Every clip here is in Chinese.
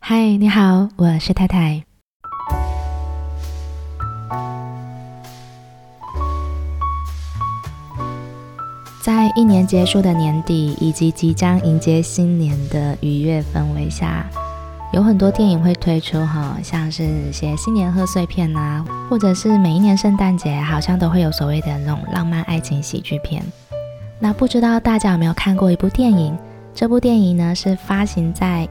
嗨，你好，我是太太。在一年结束的年底，以及即将迎接新年的愉悦氛围下，有很多电影会推出像是一些新年贺岁片啊，或者是每一年圣诞节好像都会有所谓的那种浪漫爱情喜剧片。那不知道大家有没有看过一部电影？这部电影呢是发行在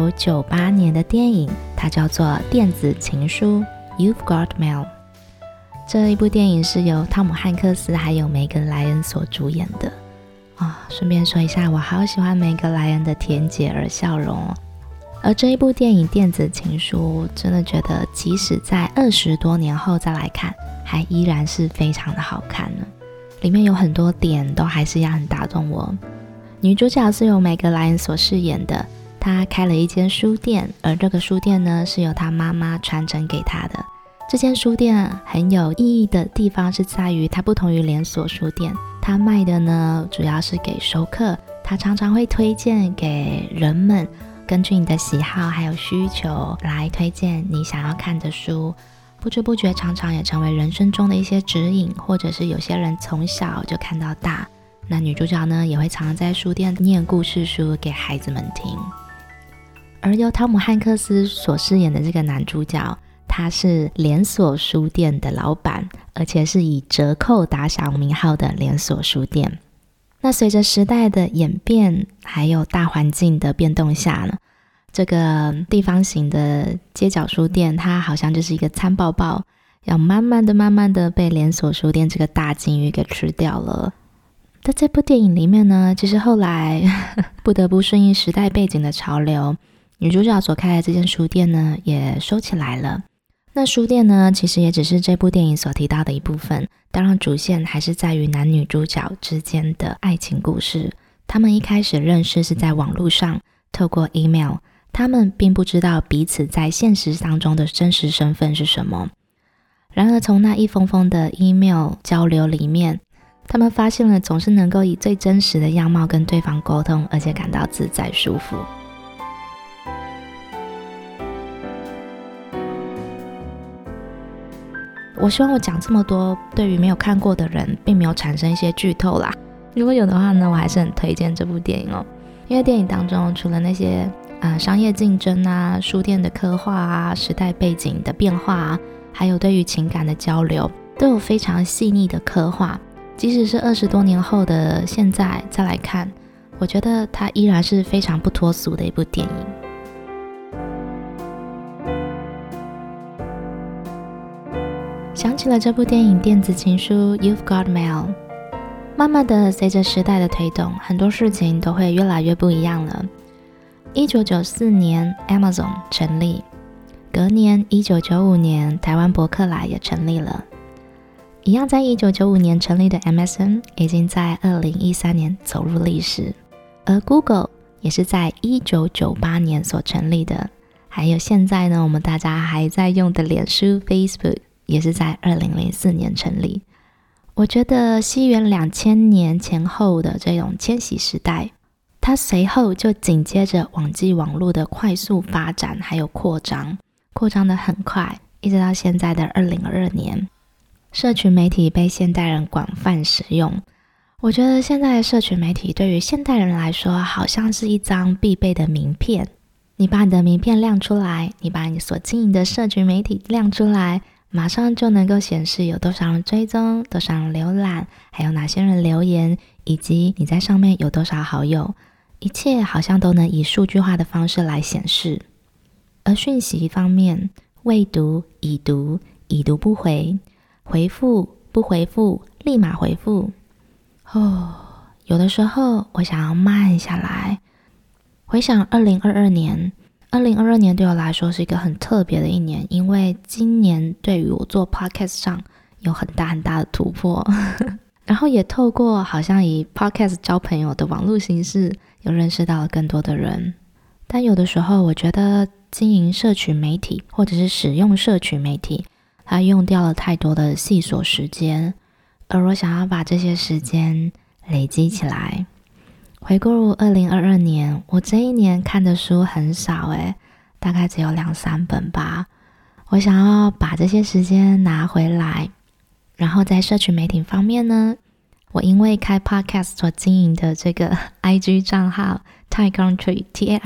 1998年的电影，它叫做《电子情书》 You've Got Mail。这一部电影是由汤姆汉克斯还有梅格莱恩所主演的顺便说一下，我好喜欢梅格莱恩的甜姐儿笑容而这一部电影《电子情书》真的觉得即使在20多年后再来看，还依然是非常的好看呢。里面有很多点都还是很打动我。女主角是由梅格莱恩所饰演的，她开了一间书店，而这个书店呢是由她妈妈传承给她的。这间书店很有意义的地方是在于它不同于连锁书店，它卖的呢主要是给熟客，它常常会推荐给人们，根据你的喜好还有需求来推荐你想要看的书，不知不觉常常也成为人生中的一些指引，或者是有些人从小就看到大。那女主角呢也会常常在书店念故事书给孩子们听。而由汤姆汉克斯所饰演的这个男主角，他是连锁书店的老板，而且是以折扣打响名号的连锁书店。那随着时代的演变还有大环境的变动下呢，这个地方型的街角书店它好像就是一个餐爆爆，要慢慢的被连锁书店这个大金鱼给吃掉了。在这部电影里面呢，其实后来不得不顺应时代背景的潮流，女主角所开的这间书店呢也收起来了。那书店呢其实也只是这部电影所提到的一部分，当然主线还是在于男女主角之间的爱情故事。他们一开始认识是在网络上，透过 email， 他们并不知道彼此在现实当中的真实身份是什么。然而从那一封封的 email 交流里面，他们发现了总是能够以最真实的样貌跟对方沟通，而且感到自在舒服。我希望我讲这么多对于没有看过的人并没有产生一些剧透啦，如果有的话呢，我还是很推荐这部电影因为电影当中除了那些商业竞争啊、书店的刻画啊、时代背景的变化啊，还有对于情感的交流，都有非常细腻的刻画。即使是20多年后的现在再来看，我觉得它依然是非常不脱俗的一部电影。想起了这部电影《电子情书》 You've Got Mail， 慢慢的随着时代的推动，很多事情都会越来越不一样了。1994年 Amazon 成立，隔年1995年台湾博客来也成立了。一样在1995年成立的 MSN 已经在2013年走入历史，而 Google 也是在1998年所成立的，还有现在呢我们大家还在用的脸书 Facebook 也是在2004年成立。我觉得西元2000年前后的这种千禧时代，它随后就紧接着网际网络的快速发展还有扩张的很快，一直到现在的2022年，社群媒体被现代人广泛使用。我觉得现在的社群媒体对于现代人来说好像是一张必备的名片，你把你的名片亮出来，你把你所经营的社群媒体亮出来，马上就能够显示有多少人追踪，多少人浏览，还有哪些人留言，以及你在上面有多少好友，一切好像都能以数据化的方式来显示。而讯息方面，未读、已读、已读不回，回复、不回复、立马回复。有的时候我想要慢下来，回想2022年对我来说是一个很特别的一年，因为今年对于我做 podcast 上有很大的突破然后也透过好像以 podcast 交朋友的网络形式，有认识到了更多的人。但有的时候我觉得经营社群媒体或者是使用社群媒体，它用掉了太多的细琐时间，而我想要把这些时间累积起来。回顾2022年，我这一年看的书很少大概只有2-3本吧。我想要把这些时间拿回来。然后在社群媒体方面呢，我因为开 podcast 所经营的这个 IG 账号 TaiCountry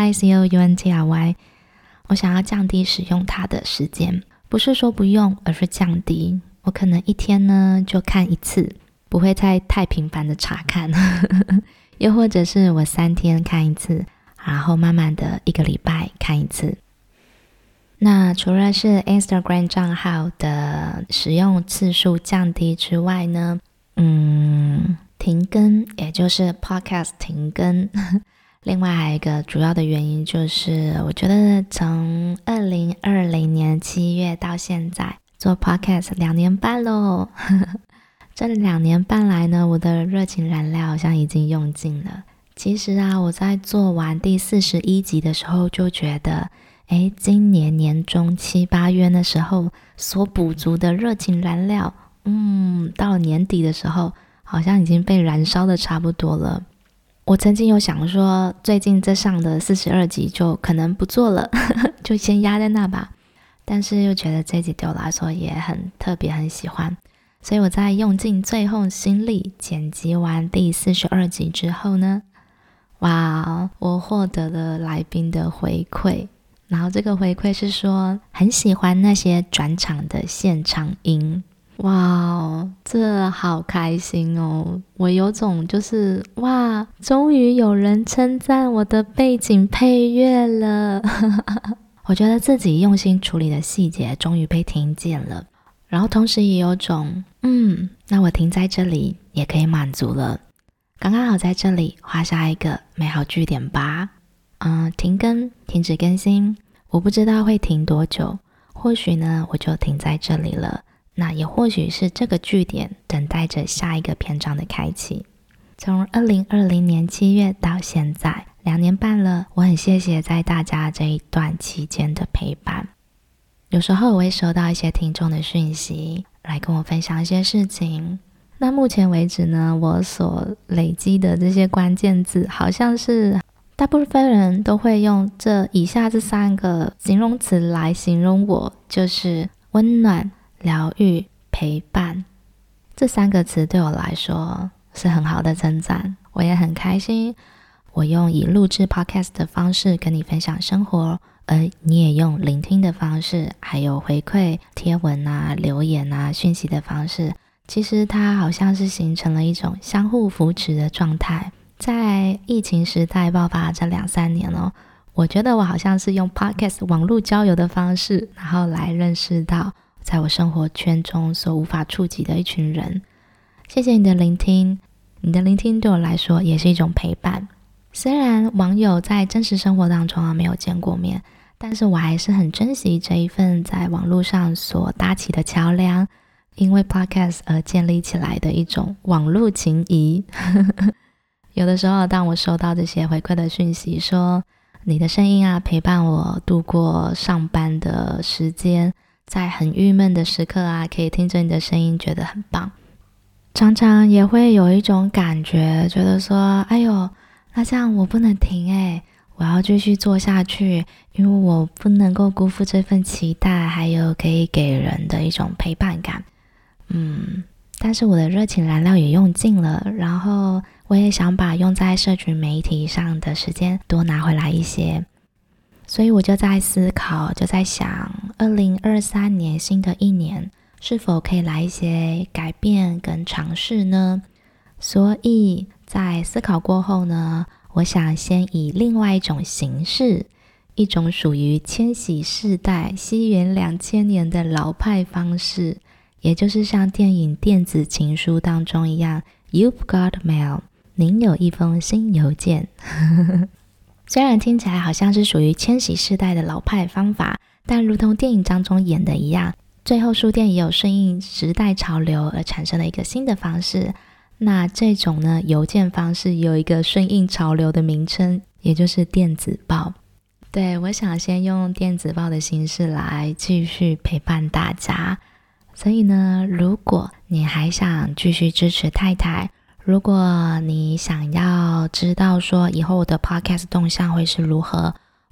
TAICOUNTRY， 我想要降低使用它的时间，不是说不用，而是降低。我可能一天呢就看1次，不会再太频繁的查看又或者是我3天看1次，然后慢慢的1个礼拜看1次。那除了是 Instagram 账号的使用次数降低之外呢，停更，也就是 podcast 停更另外还有一个主要的原因就是我觉得从2020年7月到现在做 podcast 2年半咯这2年半来呢，我的热情燃料好像已经用尽了。其实啊，我在做完第41集的时候就觉得今年年中7、8月的时候所补足的热情燃料，到了年底的时候好像已经被燃烧的差不多了。我曾经有想说最近这上的42集就可能不做了就先压在那吧，但是又觉得这集对我来说也很特别，很喜欢，所以我在用尽最后心力剪辑完第42集之后呢，哇，我获得了来宾的回馈。然后这个回馈是说很喜欢那些转场的现场音。哇，这好开心哦，我有种就是哇，终于有人称赞我的背景配乐了我觉得自己用心处理的细节终于被听见了，然后同时也有种那我停在这里也可以满足了，刚刚好在这里画下一个美好句点吧。停更，停止更新，我不知道会停多久，或许呢我就停在这里了，那也或许是这个句点等待着下一个篇章的开启。从2020年7月到现在2年半了，我很谢谢在大家这一段期间的陪伴。有时候我会收到一些听众的讯息来跟我分享一些事情，那目前为止呢，我所累积的这些关键字好像是大部分人都会用以下这3个形容词来形容我，就是温暖、疗愈、陪伴。这3个词对我来说是很好的称赞，我也很开心。我用以录制 podcast 的方式跟你分享生活，而你也用聆听的方式，还有回馈贴文啊、留言啊、讯息的方式，其实它好像是形成了一种相互扶持的状态。在疫情时代爆发这2-3年我觉得我好像是用 podcast 网络交友的方式，然后来认识到在我生活圈中所无法触及的一群人。谢谢你的聆听，你的聆听对我来说也是一种陪伴。虽然网友在真实生活当中没有见过面，但是我还是很珍惜这一份在网络上所搭起的桥梁，因为 podcast 而建立起来的一种网络情谊有的时候当我收到这些回馈的讯息说你的声音陪伴我度过上班的时间，在很郁闷的时刻可以听着你的声音觉得很棒，常常也会有一种感觉，觉得说哎呦，那这样我不能停我要继续做下去，因为我不能够辜负这份期待，还有可以给人的一种陪伴感。但是我的热情燃料也用尽了，然后我也想把用在社群媒体上的时间多拿回来一些，所以我就在思考，就在想2023年新的一年是否可以来一些改变跟尝试呢？所以在思考过后呢，我想先以另外一种形式，一种属于千禧世代西元2000年的老派方式，也就是像电影电子情书当中一样 You've got mail， 您有一封新邮件虽然听起来好像是属于千禧世代的老派方法，但如同电影当中演的一样，最后书店也有顺应时代潮流而产生了一个新的方式。那这种呢，邮件方式有一个顺应潮流的名称，也就是电子报。对，我想先用电子报的形式来继续陪伴大家。所以呢，如果你还想继续支持太太，如果你想要知道说以后我的 podcast 动向会是如何，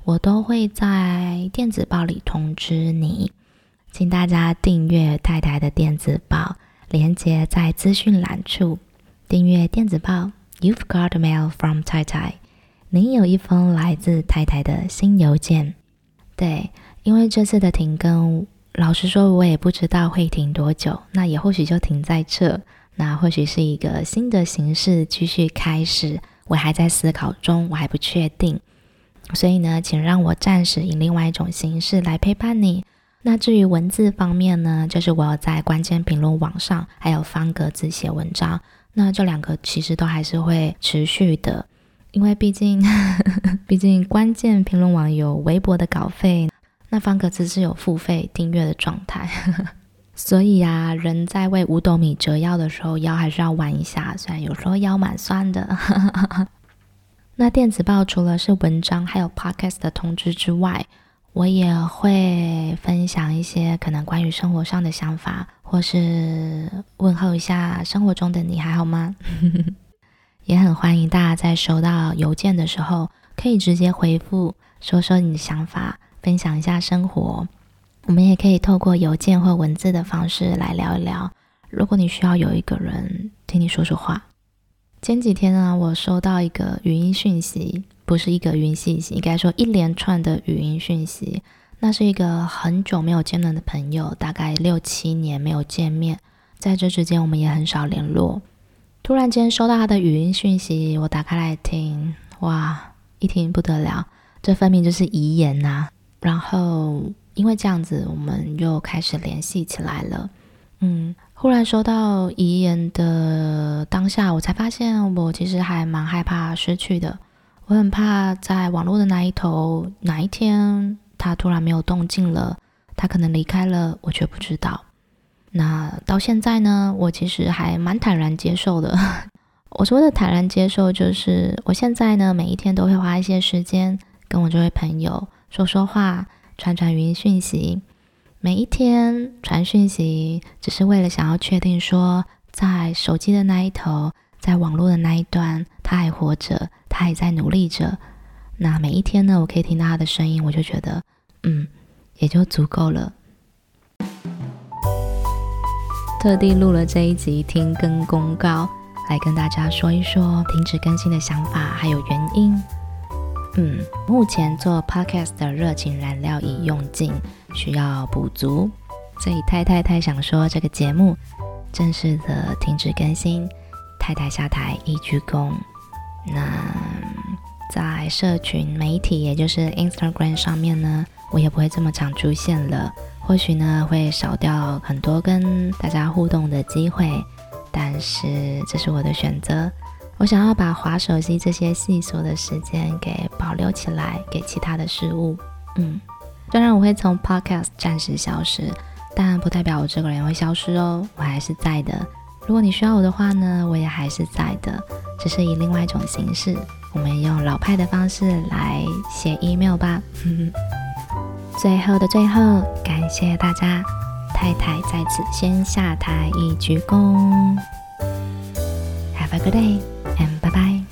我都会在电子报里通知你，请大家订阅太太的电子报，连结在资讯栏处。订阅电子报 You've got mail from 太太，您有一封来自太太的新邮件。对，因为这次的停更，老实说我也不知道会停多久，那也或许就停在这，那或许是一个新的形式继续开始，我还在思考中，我还不确定。所以呢，请让我暂时以另外一种形式来陪伴你。那至于文字方面呢，就是我在关键评论网上还有方格子写文章，那这两个其实都还是会持续的，因为毕竟关键评论网有微薄的稿费，那方格子是有付费订阅的状态所以啊，人在为五斗米折腰的时候，腰还是要弯一下，虽然有时候腰蛮酸的那电子报除了是文章还有 podcast 的通知之外，我也会分享一些可能关于生活上的想法，或是问候一下生活中的你还好吗也很欢迎大家在收到邮件的时候可以直接回复，说说你的想法，分享一下生活。我们也可以透过邮件或文字的方式来聊一聊，如果你需要有一个人听你说说话。前几天呢，我收到一个语音讯息，不是一个语音信息，应该说一连串的语音讯息。那是一个很久没有见面的朋友，大概6-7年没有见面，在这之间我们也很少联络。突然间收到他的语音讯息，我打开来听，哇，一听不得了，这分明就是遗言啊。然后因为这样子，我们又开始联系起来了。忽然收到遗言的当下，我才发现我其实还蛮害怕失去的。我很怕在网络的那一头，哪一天他突然没有动静了，他可能离开了，我却不知道。那到现在呢，我其实还蛮坦然接受的我说的坦然接受，就是我现在呢，每一天都会花一些时间跟我这位朋友说说话，传语音讯息。每一天传讯息只是为了想要确定说，在手机的那一头，在网络的那一端，他还活着，他还在努力着。那每一天呢，我可以听到他的声音，我就觉得也就足够了。特地录了这一集停更公告，来跟大家说一说停止更新的想法还有原因。目前做 podcast 的热情燃料已用尽，需要补足，所以太想说这个节目正式的停止更新，太下台一鞠躬。那在社群媒体也就是 Instagram 上面呢，我也不会这么常出现了，或许呢会少掉很多跟大家互动的机会，但是这是我的选择。我想要把滑手机这些细琐的时间给保留起来，给其他的事物。虽然我会从 podcast 暂时消失，但不代表我这个人会消失哦，我还是在的。如果你需要我的话呢，我也还是在的，只是以另外一种形式，我们用老派的方式来写 email 吧。最后的最后，感谢大家，太在此先下台一鞠躬。Have a good day and bye bye.